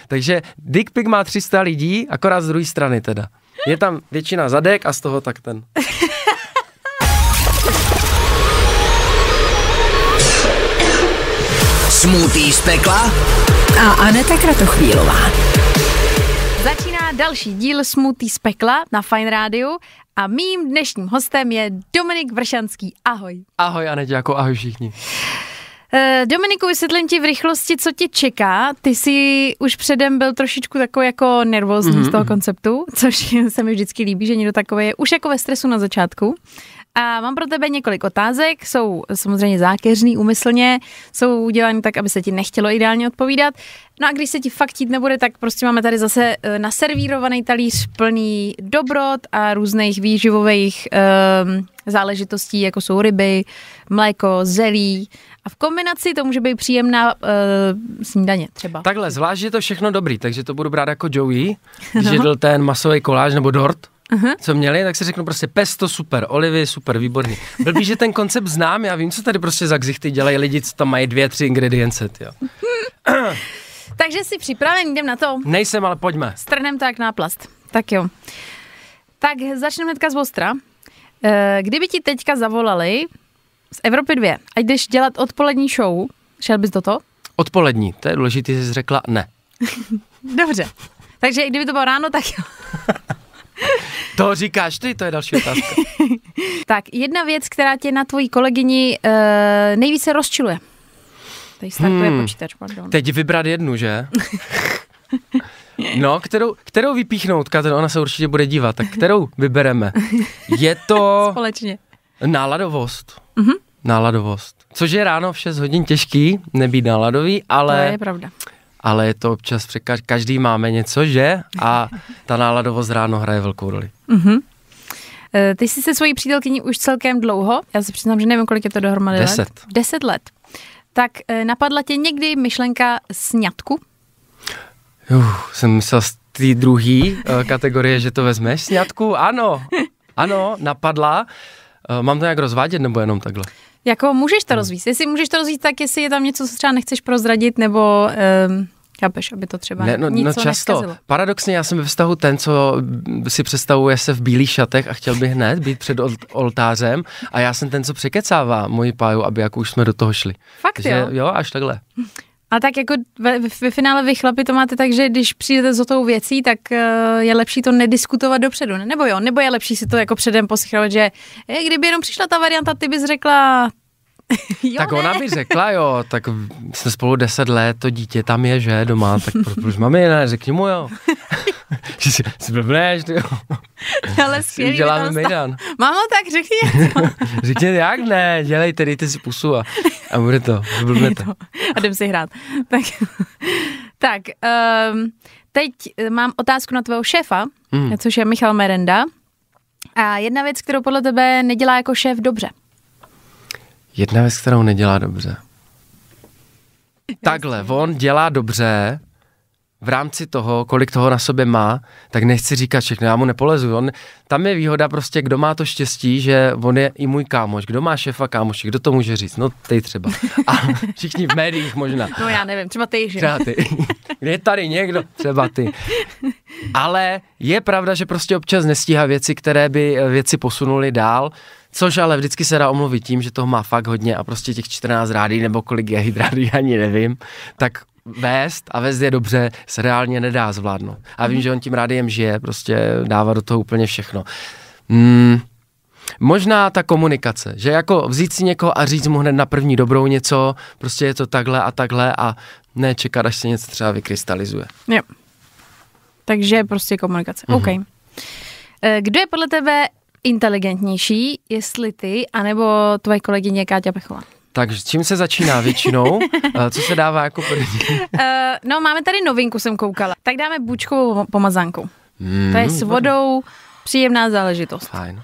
Takže dick pic má 300 lidí, akorát z druhé strany teda. Je tam většina zadek a z toho tak ten. Smutý z pekla a Aneta Kratochvílová. Začíná další díl Smutý z pekla na Fajn rádiu a mým dnešním hostem je Dominik Vršanský. Ahoj. Ahoj Aneťo, jako ahoj všichni. Dominiku, vysvětlím ti v rychlosti, co tě čeká. Ty jsi už předem byl trošičku takový jako nervózní z toho konceptu, což se mi vždycky líbí, že někdo takový je už jako ve stresu na začátku. A mám pro tebe několik otázek, jsou samozřejmě zákeřný úmyslně, jsou udělané tak, aby se ti nechtělo ideálně odpovídat. No a když se ti fakt chtít nebude, tak prostě máme tady zase naservírovaný talíř plný dobrot a různých výživových záležitostí, jako jsou ryby, mléko, zelí. A v kombinaci to může být příjemná snídaně třeba. Takhle, zvlášť je to všechno dobrý, takže to budu brát jako Joey, když jedl ten masový koláč nebo dort, co měli, tak si řeknu prostě pesto super, olivy super, výborný. Blbý, že ten koncept znám, já vím, co tady prostě za ksichty dělají lidi, co tam mají 2-3 ingredience, jo. Takže jsi připraven, jdem na to? Nejsem, ale pojďme. Strhnem to jak náplast. Tak jo. Tak začneme hnedka z ostra. Kdyby ti teďka zavolali z Evropy 2 a jdeš dělat odpolední show, šel bys do toho? Odpolední, to je důležité, jsi řekla ne. Dobře. Takže kdyby to bylo ráno, tak jo. To říkáš ty, to je další otázka. Tak, jedna věc, která tě na tvojí kolegyni nejvíce rozčiluje. Tady startuje počítač, pardon. Teď vybrat jednu, že? No, kterou vypíchnout, Katrin, ona se určitě bude dívat, tak kterou vybereme? Je to... Společně. Náladovost. Náladovost. Což je ráno v 6 hodin těžký, nebýt náladový, ale... To je pravda. Ale je to občas, každý máme něco, že? A ta náladovost ráno hraje velkou roli. Ty jsi se svojí přítelkyní už celkem dlouho, já se přiznám, že nevím, kolik je to dohromady 10. let. 10 let. Tak napadla tě někdy myšlenka sňatku? Jsem myslel z té druhé kategorie, že to vezmeš sňatku? Ano, napadla. Mám to nějak rozvádět, nebo jenom takhle? Jako můžeš to rozvíjet. Jestli můžeš to rozvíjet, tak jestli je tam něco, co třeba nechceš prozradit, nebo chápeš, aby to třeba něco často. neskazilo. Paradoxně, já jsem ve vztahu ten, co si představuje se v bílých šatech a chtěl by hned být před oltářem a já jsem ten, co překecává moji páju, aby jako už jsme do toho šli. Fakt takže, jo, až takhle. A tak jako ve finále vy chlapi to máte tak, že když přijdete s tou věcí, tak je lepší to nediskutovat dopředu, ne? Nebo jo? Nebo je lepší si to jako předem posychrovat, že kdyby jenom přišla ta varianta, ty bys řekla... Jo, tak ne? ona by řekla, jo, tak jsme spolu 10 let, to dítě tam je, že, doma, tak proč mami, ne, řekni mu, jo. Že si blbneš, ty jo. Ale skvělý. Děláme mejdan. Mámo, tak řekni něco. Řekni, jak ne, dělejte, dejte si pusu a bude to, blbnete. A jdem si hrát. Tak, teď mám otázku na tvého šéfa, což je Michal Merenda. A jedna věc, kterou podle tebe nedělá jako šéf dobře. Jedna věc, kterou nedělá dobře. Takhle, on dělá dobře v rámci toho, kolik toho na sobě má, tak nechci říkat všechno, já mu nepolezu. Tam je výhoda prostě, kdo má to štěstí, že on je i můj kámoš. Kdo má šéfa kámoši, kdo to může říct? No ty třeba. A všichni v médiích možná. No já nevím, třeba ty, že? Třeba ty. Je tady někdo? Třeba ty. Ale je pravda, že prostě občas nestíhá věci, které by věci posunuly dál, což ale vždycky se dá omluvit tím, že toho má fakt hodně a prostě těch 14 rádií nebo kolik je hydrádí, ani nevím, tak vést je dobře, se reálně nedá zvládnout. A vím, že on tím rádiem žije, prostě dává do toho úplně všechno. Možná ta komunikace, že jako vzít si někoho a říct mu hned na první dobrou něco, prostě je to takhle a ne čekat, až se něco třeba vykrystalizuje. Jo. Takže prostě komunikace. OK. Kdo je podle tebe inteligentnější, jestli ty, anebo tvoje kolegyně Káťa Pechová? Takže čím se začíná většinou? Co se dává jako první? No, máme tady novinku, jsem koukala. Tak dáme bučkovou pomazánku. To je s vodou příjemná záležitost. Fajn.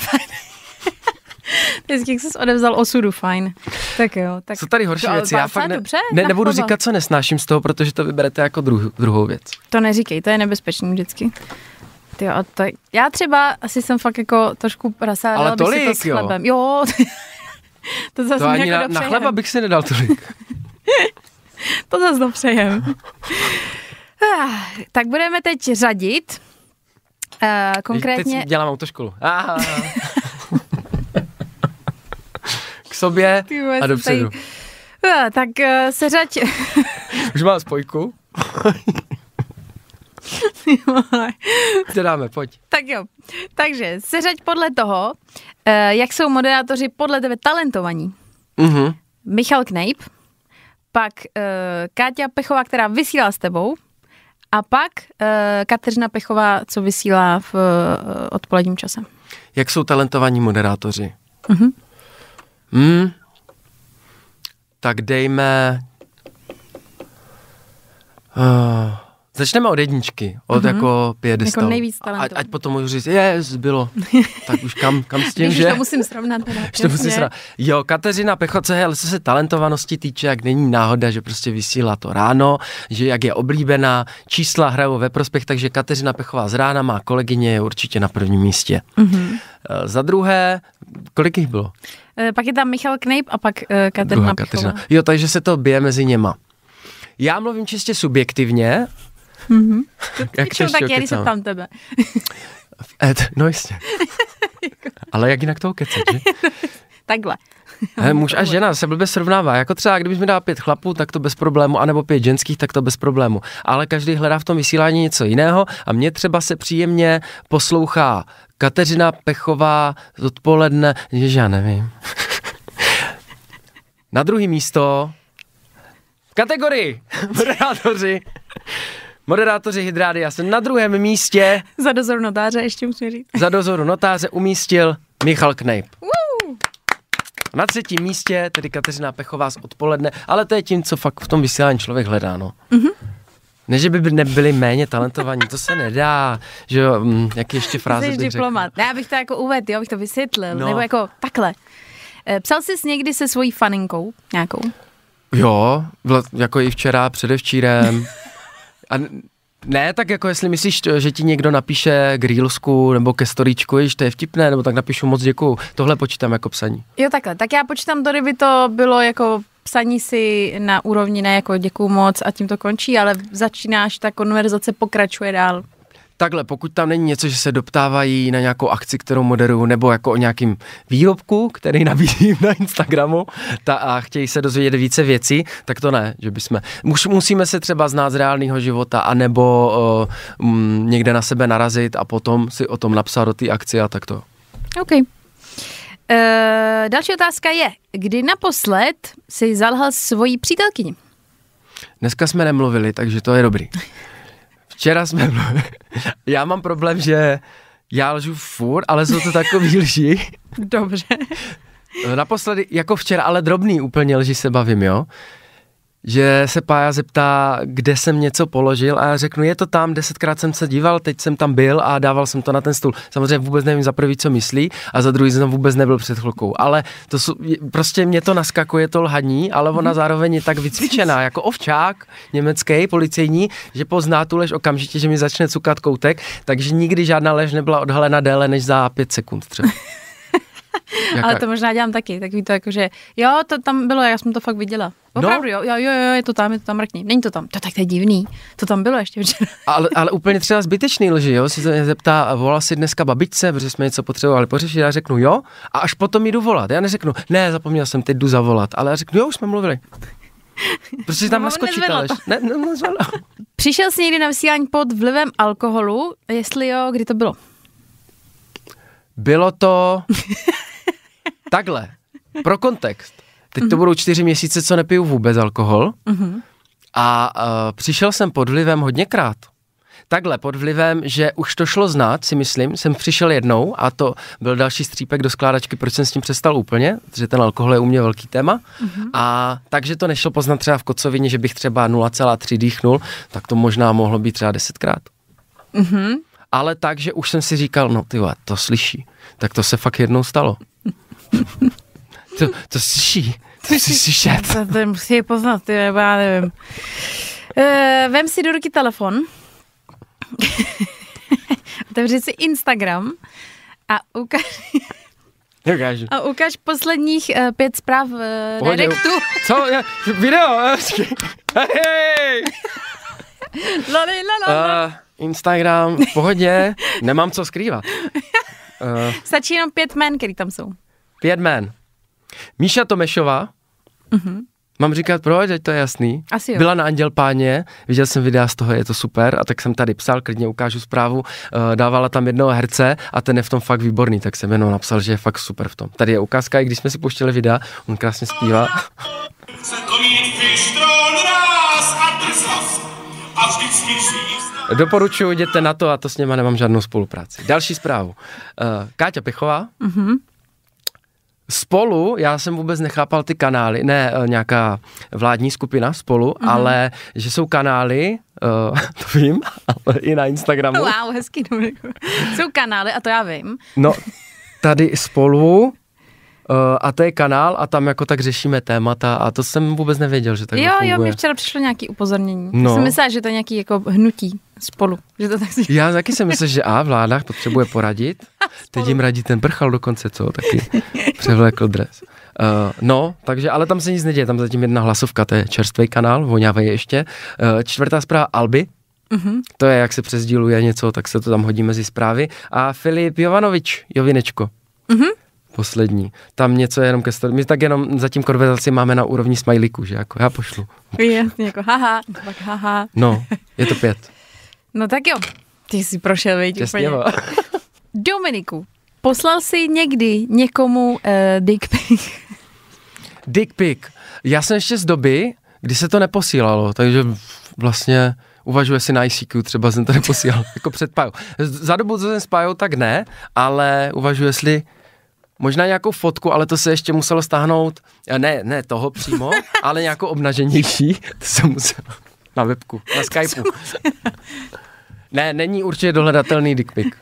Vždycky, jak jsi odevzal osudu, fajn. Tak jo. Tak co tady horší věci? Já fakt nebudu chleba. říkat, co nesnáším z toho, protože to vyberete jako druhou věc. To neříkej, to je nebezpečný vždycky. Tyjo, já třeba asi jsem fakt jako trošku rasa, ale tolik, bych si to s chlebem. Jo. To zase ani na chleba bych si nedal tolik. To zase dopřejem. Tak budeme teď řadit. Konkrétně... Teď dělám autoškolu. K sobě a dopředu. Tak seřaď... Už mám spojku. Dáme, pojď. Tak jo. Takže seřaď podle toho, jak jsou moderátoři podle tebe talentovaní. Mhm. Michal Knejp, pak Káťa Pechová, která vysílá s tebou, a pak Kateřina Pechová, co vysílá v odpoledním čase. Jak jsou talentovaní moderátoři? Tak dejme... Začneme od jedničky, od jako piedestalu. Jako nejvíc talentovaný. Ať potom můžu říct, bylo. Tak už kam s tím, Když že? to musím srovnat. Jo, Kateřina Pechová, ale co se talentovanosti týče, jak není náhoda, že prostě vysílá to ráno, že jak je oblíbená, čísla hrajou ve prospěch, takže Kateřina Pechová z rána, má kolegyně, je určitě na prvním místě. Za druhé, kolik jich bylo? Pak je tam Michal Knejp a pak Kateřina Pechová. Jo, takže se to bije mezi něma. Já mluvím čistě subjektivně. Jak to tak je, když se tam tebe. No jistě. Ale jak jinak toho kecat, že? Takhle. Muž a žena se blbě srovnává. Jako třeba, kdybys mi dal 5 chlapů, tak to bez problému, anebo 5 ženských, tak to bez problému. Ale každý hledá v tom vysílání něco jiného a mě třeba se příjemně poslouchá Kateřina Pechová z odpoledne, že já nevím. Na druhý místo v kategorii Moderátoři Hydrádia se na druhém místě za dozoru notáře, ještě musím říct. Za dozoru notáře umístil Michal Knejp. Na třetím místě tedy Kateřina Pechová z odpoledne, ale to je tím, co fakt v tom vysílání člověk hledá, no. Ne, že by nebyli méně talentovaní, to se nedá, že jo, jaký ještě fráze bych diplomat. řekl. Já bych to jako uvedl, jo, bych to vysvětlil, no. Nebo jako takhle. Psal jsi někdy se svojí faninkou nějakou? Jo, jako i včera, předevčírem. A ne, tak jako jestli myslíš, že ti někdo napíše k reelsku nebo ke storíčku, že to je vtipné, nebo tak napíšu moc děkuju. Tohle počítám jako psaní. Jo, takhle. Tak já počítám to, kdyby to bylo jako psaní si na úrovni, ne jako děkuju moc a tím to končí, ale začínáš, ta konverzace pokračuje dál. Takhle, pokud tam není něco, že se doptávají na nějakou akci, kterou moderuju, nebo jako o nějakým výrobku, který nabízím na Instagramu a chtějí se dozvědět více věcí, tak to ne, že bychom... Musíme se třeba znát z reálného života, anebo někde na sebe narazit a potom si o tom napsat do té akci a tak to. OK. Další otázka je, kdy naposled jsi zalhal svojí přítelkyni? Dneska jsme nemluvili, takže to je dobrý. Včera jsme mluvili. Já mám problém, že já lžu furt, ale jsou to takový lži. Dobře. Naposledy, jako včera, ale drobný úplně lži se bavím, jo. Že se Pája zeptá, kde jsem něco položil a já řeknu, je to tam, 10krát jsem se díval, teď jsem tam byl a dával jsem to na ten stůl. Samozřejmě vůbec nevím za prvý, co myslí a za druhý jsem vůbec nebyl před chvilkou, ale to prostě mě to naskakuje, to lhaní, ale ona zároveň je tak vycvičená, jako ovčák německý, policejní, že pozná tu lež okamžitě, že mi začne cukat koutek, takže nikdy žádná lež nebyla odhalena déle než za 5 sekund třeba. Ale to možná dělám taky, takový to jako, že jo, to tam bylo, já jsem to fakt viděla. Opravdu, jo, je to tam, mrkni. Není to tam, to tak to je divný, to tam bylo ještě včera. Ale úplně třeba zbytečný lži, jo, si se zeptá, volal si dneska babičce, protože jsme něco potřebovali pořešit, já řeknu jo, a až potom jdu volat, já neřeknu, ne, zapomněl jsem, teď jdu zavolat, ale já řeknu jo, už jsme mluvili. Prostě tam naskočí ta lež. Nezvedla. Přišel jsi někdy na vysílání pod vlivem alkoholu, jestli jo, kdy to bylo? Bylo to takhle, pro kontext. Teď to budou 4 měsíce, co nepiju vůbec alkohol a přišel jsem pod vlivem hodněkrát. Takhle, pod vlivem, že už to šlo znát, si myslím, jsem přišel jednou a to byl další střípek do skládačky, proč jsem s tím přestal úplně, protože ten alkohol je u mě velký téma a takže to nešlo poznat třeba v kocovině, že bych třeba 0,3 dýchnul, tak to možná mohlo být třeba 10krát. Ale tak, že už jsem si říkal, no ty vole, to slyší, tak to se fakt jednou stalo. To slyší. To si slyšet. To musí poznat, já nevím. Vem si do ruky telefon, otevři si Instagram a ukáž posledních 5 zpráv directu. Co? Video? Hej! Instagram, v pohodě, nemám co skrývat. Stačí jenom 5 jmen, který tam jsou. 5 jmen. Míša Tomešová. Mám říkat proč, ať to je jasný. Asi jo. Byla na Anděl Páně, viděl jsem videa z toho, je to super, a tak jsem tady psal, klidně ukážu zprávu, dávala tam jednoho herce a ten je v tom fakt výborný, tak jsem jenom napsal, že je fakt super v tom. Tady je ukázka, i když jsme si pouštěli videa, on krásně zpívá. Doporučuji, jděte na to a to s něma nemám žádnou spolupráci. Další zprávu. Káťa Pichová. Spolu, já jsem vůbec nechápal ty kanály, ne nějaká vládní skupina Spolu, ale že jsou kanály, to vím, ale i na Instagramu. Wow, hezký, Dominiku. Jsou kanály a to já vím. No, tady Spolu a to je kanál a tam jako tak řešíme témata a to jsem vůbec nevěděl, že tak funguje. Jo, mi včera přišlo nějaký upozornění. No. Já jsem myslela, že to je nějaký jako hnutí Spolu. Že to tak si... Já taky jsem myslel, že vláda potřebuje poradit. Teď jim radí ten prchal dokonce, co? Taky převlékl dres. No, takže, ale tam se nic neděje, tam zatím jedna hlasovka, to je čerstvý kanál, voňavej ještě. 4. zpráva Alby, to je, jak se přesdíluje něco, tak se to tam hodí mezi zprávy. A Filip Jovinečko. Poslední. Tam něco je jenom ke story. My tak jenom zatím konverzaci máme na úrovni smajlíku, že jako já pošlu. Jasně, jako haha, tak haha. No, je to 5. No tak jo, ty jsi prošel, viď? Čestně, Dominiku, poslal jsi někdy někomu dick pic? Dick pic. Já jsem ještě z doby, kdy se to neposílalo, takže vlastně uvažuji si na ICQ, třeba jsem to neposílal, jako před Pajou. Za dobu, co jsem s Pajou, tak ne, ale uvažuji, jestli možná nějakou fotku, ale to se ještě muselo stáhnout, ne toho přímo, ale nějakou obnaženější, to jsem musel na webku, na Skypeu. Ne, není určitě dohledatelný dick pic.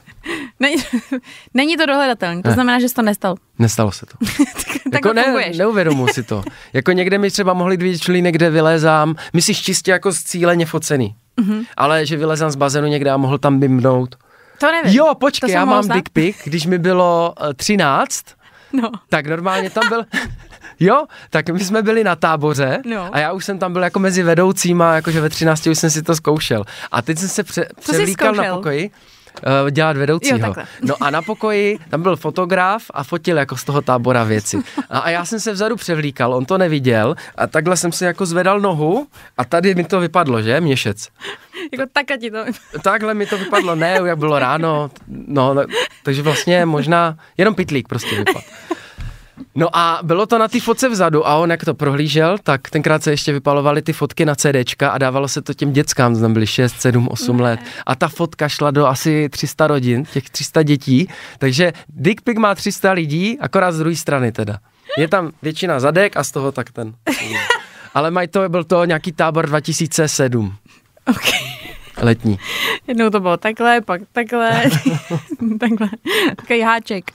Není to dohledatelný, to znamená, že jsi to nestal. Nestalo se to. Tak jako neuvědomuji si to. Jako někde mi třeba mohli vidět člínek, kde vylézám, myslíš čistě jako z cíleně focený, ale že vylézám z bazénu někde a mohl tam bimnout. To nevím. Jo, počkej, já mám dick pic, když mi bylo 13, tak normálně tam byl... Jo, tak my jsme byli na táboře a já už jsem tam byl jako mezi vedoucíma, jakože ve 13 už jsem si to zkoušel. A teď jsem se převlíkal na pokoji, dělat vedoucího. Jo, no a na pokoji tam byl fotograf a fotil jako z toho tábora věci. A já jsem se vzadu převlíkal, on to neviděl a takhle jsem si jako zvedal nohu a tady mi to vypadlo, že? Měšec. Jako takhle ti to Takhle mi to vypadlo, ne, jak bylo ráno, no, takže vlastně možná jenom pytlík prostě vypadl. No a bylo to na té fotce vzadu a on jak to prohlížel, tak tenkrát se ještě vypalovaly ty fotky na CDčka a dávalo se to těm dětskám, tam byly 6, 7, 8 let a ta fotka šla do asi 300 rodin, těch 300 dětí, takže dick pic má 300 lidí, akorát z druhé strany teda. Je tam většina zadek a z toho tak ten. Ale byl to nějaký tábor 2007. Okay. Letní. Jednou to bylo takhle, pak takhle, takhle, takový háček.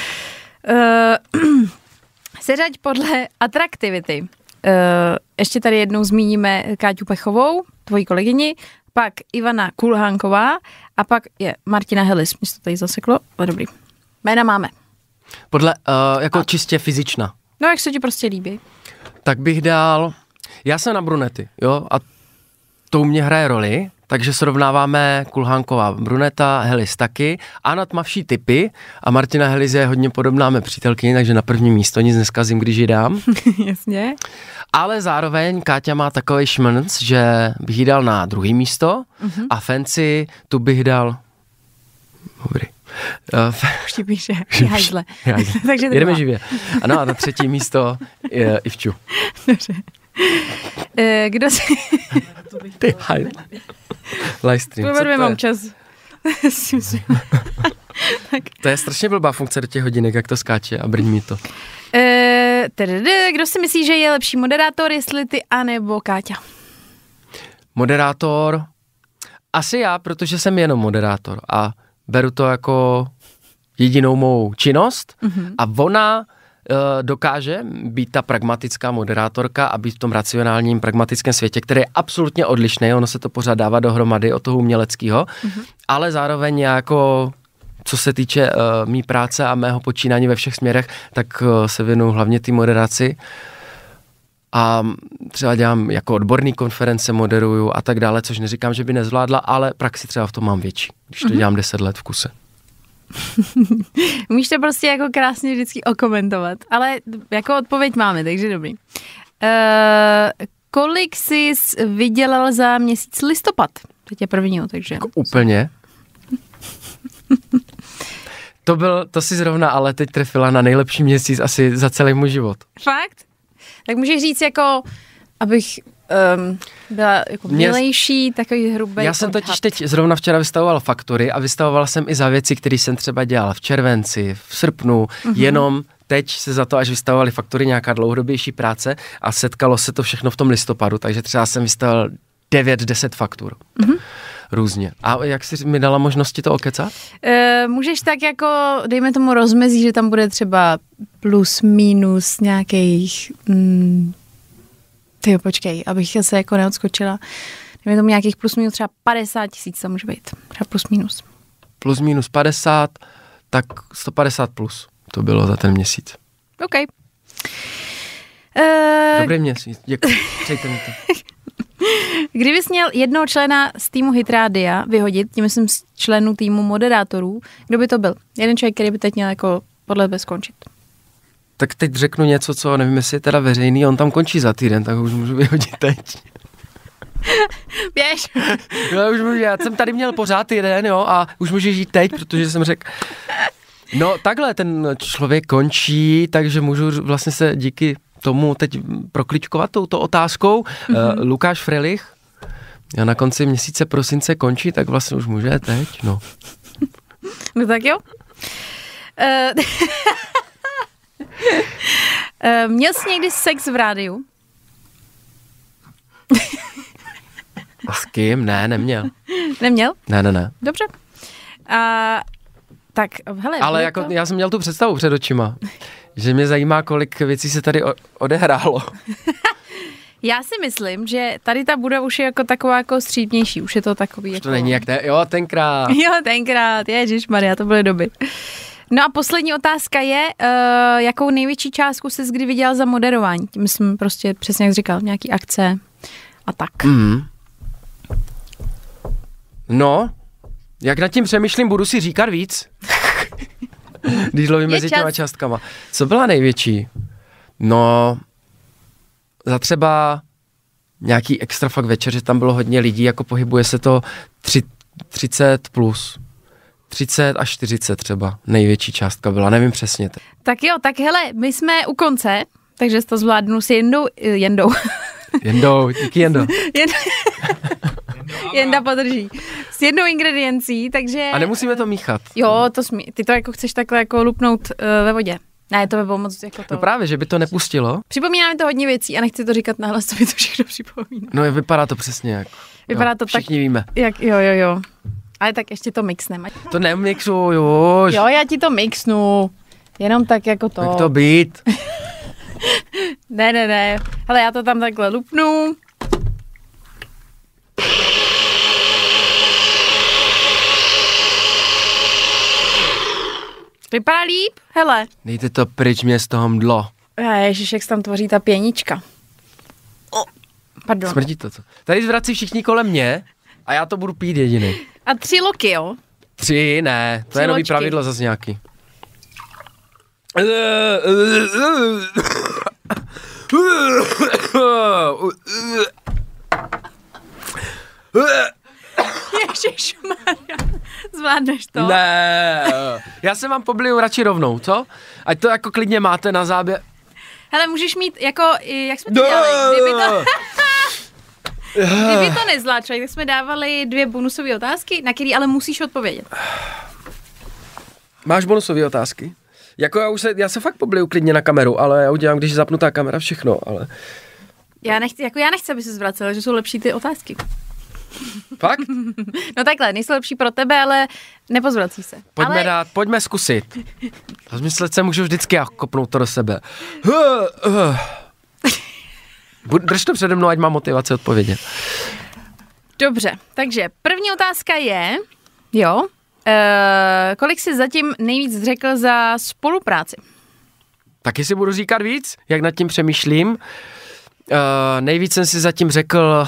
Seřaď podle atraktivity. Ještě tady jednou zmíníme Káťu Pechovou, tvoji kolegyni, pak Ivana Kulhánková a pak je Martina Helis. Mě to tady zaseklo, ale dobrý. Jména máme. Podle, jako čistě fyzična. No, jak se ti prostě líbí. Tak bych dal, já jsem na brunety, jo, a to u mě hraje roli, takže srovnáváme Kulhánková bruneta, Helis taky a na tmavší typy a Martina Helis je hodně podobná mé přítelkyni, takže na první místo nic neskazím, když ji dám. Jasně. Ale zároveň Káťa má takový šmrnc, že bych ji dal na druhý místo a Fancy tu bych dal... Dobrý. Už ti píše, hajzle. Takže jedeme živě. Ano a na třetí místo je Ivču. Dobře. Kdo si... Ty hajzle. Livestream. Povedme mám čas. To je strašně blbá funkce do těch hodinek, jak to skáče a brní mi to. Kdo si myslí, že je lepší moderátor, jestli ty anebo Káťa? Moderátor? Asi já, protože jsem jenom moderátor a beru to jako jedinou mou činnost a ona dokáže být ta pragmatická moderátorka a být v tom racionálním pragmatickém světě, který je absolutně odlišný, ono se to pořád dává dohromady od toho uměleckého, ale zároveň jako co se týče mý práce a mého počínání ve všech směrech, tak se věnuju hlavně té moderaci. a třeba dělám jako odborný konference, moderuju a tak dále, což neříkám, že by nezvládla, ale praxi třeba v tom mám větší, když to dělám 10 let v kuse. Umíš to prostě jako krásně vždycky okomentovat, ale jako odpověď máme, takže dobrý. Kolik jsi vydělal za měsíc listopad? Teď je prvního, takže... Jako úplně? To si zrovna ale teď trefila na nejlepší měsíc asi za celý můj život. Fakt? Tak můžeš říct jako, abych byla jako milejší, takový hrubý. Já jsem totiž teď zrovna včera vystavoval faktury a vystavoval jsem i za věci, které jsem třeba dělal v červenci, v srpnu, jenom teď se za to, až vystavovali faktury, nějaká dlouhodobější práce a setkalo se to všechno v tom listopadu, takže třeba jsem vystavoval 9-10 faktur. Různě. A jak jsi mi dala možnosti to okecat? Můžeš tak jako, dejme tomu rozmezí, že tam bude třeba plus, minus nějakých... počkej, abych se jako neodskočila. Dejme tomu nějakých plus, minus třeba 50 000 to může být. Třeba plus, minus. Plus, minus 50, tak 150 plus. To bylo za ten měsíc. OK. Dobrý měsíc, děkuji. Přejte mi to. Kdybys měl jednoho člena z týmu Hitrádia vyhodit, tím myslím z členů týmu moderátorů, kdo by to byl? Jeden člověk, který by teď měl jako podle tebe skončit. Tak teď řeknu něco, co nevím, jestli je teda veřejný, on tam končí za týden, tak ho už můžu vyhodit teď. Běž. Já jsem tady měl pořád týden, jo, a už můžu žít teď, protože jsem řekl, no takhle, ten člověk končí, takže můžu vlastně se díky tomu teď prokličkovat touto otázkou. Lukáš Frelich, já na konci měsíce prosince končí, tak vlastně už může teď, no. No tak jo. Měl jsi někdy sex v rádiu? A s kým? Ne, neměl. Neměl? Ne. Dobře. Tak, hele. Ale jako, já jsem měl tu představu před očima, že mě zajímá, kolik věcí se tady odehrálo. Já si myslím, že tady ta budova už je jako taková jako střípnější, už je to takový. Už jako... to není jak tenkrát. Ježišmarja, to byly doby. No a poslední otázka je, jakou největší částku jsi kdy viděl za moderování? Tím jsem prostě přesně jak říkal, nějaký akce a tak. No, jak nad tím přemýšlím, budu si říkat víc. Když lovím mezi těma částkama. Co byla největší? No, za třeba nějaký extra fakt večer, že tam bylo hodně lidí, jako pohybuje se to 30 plus. 30 až 40 třeba. Největší částka byla, nevím přesně. Tak jo, tak hele, my jsme u konce, takže to zvládnu s Jendou. Díky Jendo. Jenda podrží. S jednou ingrediencí, takže... A nemusíme to míchat. Jo, ty to jako chceš takhle jako lupnout ve vodě. Ne, to by bylo moc jako to. No právě, že by to nepustilo. Připomíná mi to hodně věcí a nechci to říkat nahlas, to mi to všechno připomíná. No vypadá to přesně jak. Vypadá to všichni víme. Jo. Ale tak ještě to mixneme. To nemixu, jož. Jo, já ti to mixnu. Jenom tak jako to. Jak to být? Ne. Hele, já to tam takhle lupnu. Vypadá líp? Hele. Dejte to pryč, mě z toho mdlo. Ježiš, jak se tam tvoří ta pěnička. Pardon. Smrdí to. Tady zvrací všichni kolem mě a já to budu pít jediný. A 3 loky, jo? 3, ne. To je nový pravidlo zase nějaký. Ježišmarja, zvládneš to? Ne, já se vám pobliju radši rovnou, co? Ať to jako klidně máte na záběr. Hele, můžeš mít jako, jak jsme to dělali, kdyby to nezvládl člověk, tak jsme dávali 2 bonusové otázky, na které ale musíš odpovědět. Máš bonusové otázky? Jako já se fakt pobliju klidně na kameru, ale já udělám, když je zapnutá kamera, všechno, ale... Já nechci, aby se zvracel, že jsou lepší ty otázky. Fakt? No takhle, nejsou lepší pro tebe, ale nepozvrací se. Pojďme zkusit. Rozmyslet se můžu vždycky a kopnout to do sebe. Drž to přede mnou, ať mám motivaci odpovědět. Dobře, takže první otázka je, kolik jsi zatím nejvíc řekl za spolupráci? Taky si budu říkat víc, jak nad tím přemýšlím. Nejvíc jsem si zatím řekl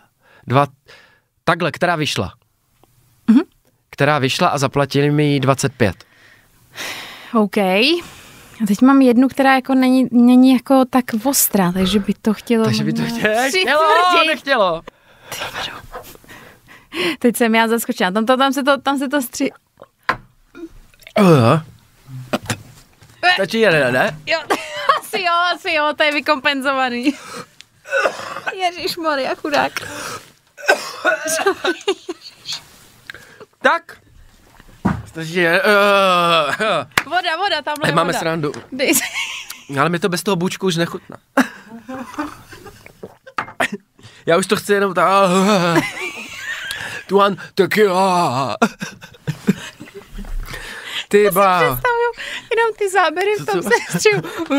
která vyšla. Která vyšla a zaplatili mi ji 25. OK. A teď mám jednu, která jako není jako tak ostrá, takže by to chtělo... nechtělo. Teď jsem já zaskočila. Tam se to stří... Stačí jeden, ne? Jo, asi jo, to je vykompenzovaný. Ježišmarja, chudák. Tak. Stačí Voda, tamhle máme srandu. Ale mi to bez toho bůčku už nechutná. Já už to chci jenom tak... Tuan tequila. Ty bá. Představuju jenom ty záběry v tom sestřihu.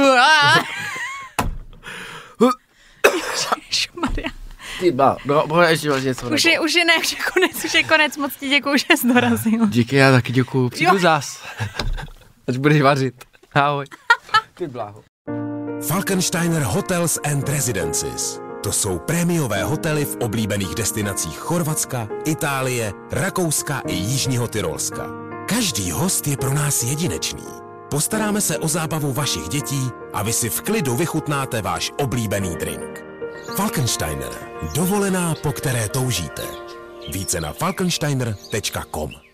Ježišmarja. Ty bá, no, ještě máš něco. Už je konec, moc ti děkuju, že jsi dorazil. Díky, já taky děkuju, přijdu zás. Až budeš vařit. Ahoj. Ty bláho. Falkensteiner Hotels and Residences. To jsou prémiové hotely v oblíbených destinacích Chorvatska, Itálie, Rakouska i Jižního Tyrolska. Každý host je pro nás jedinečný. Postaráme se o zábavu vašich dětí a vy si v klidu vychutnáte váš oblíbený drink. Falkensteiner. Dovolená, po které toužíte. Více na falkensteiner.com.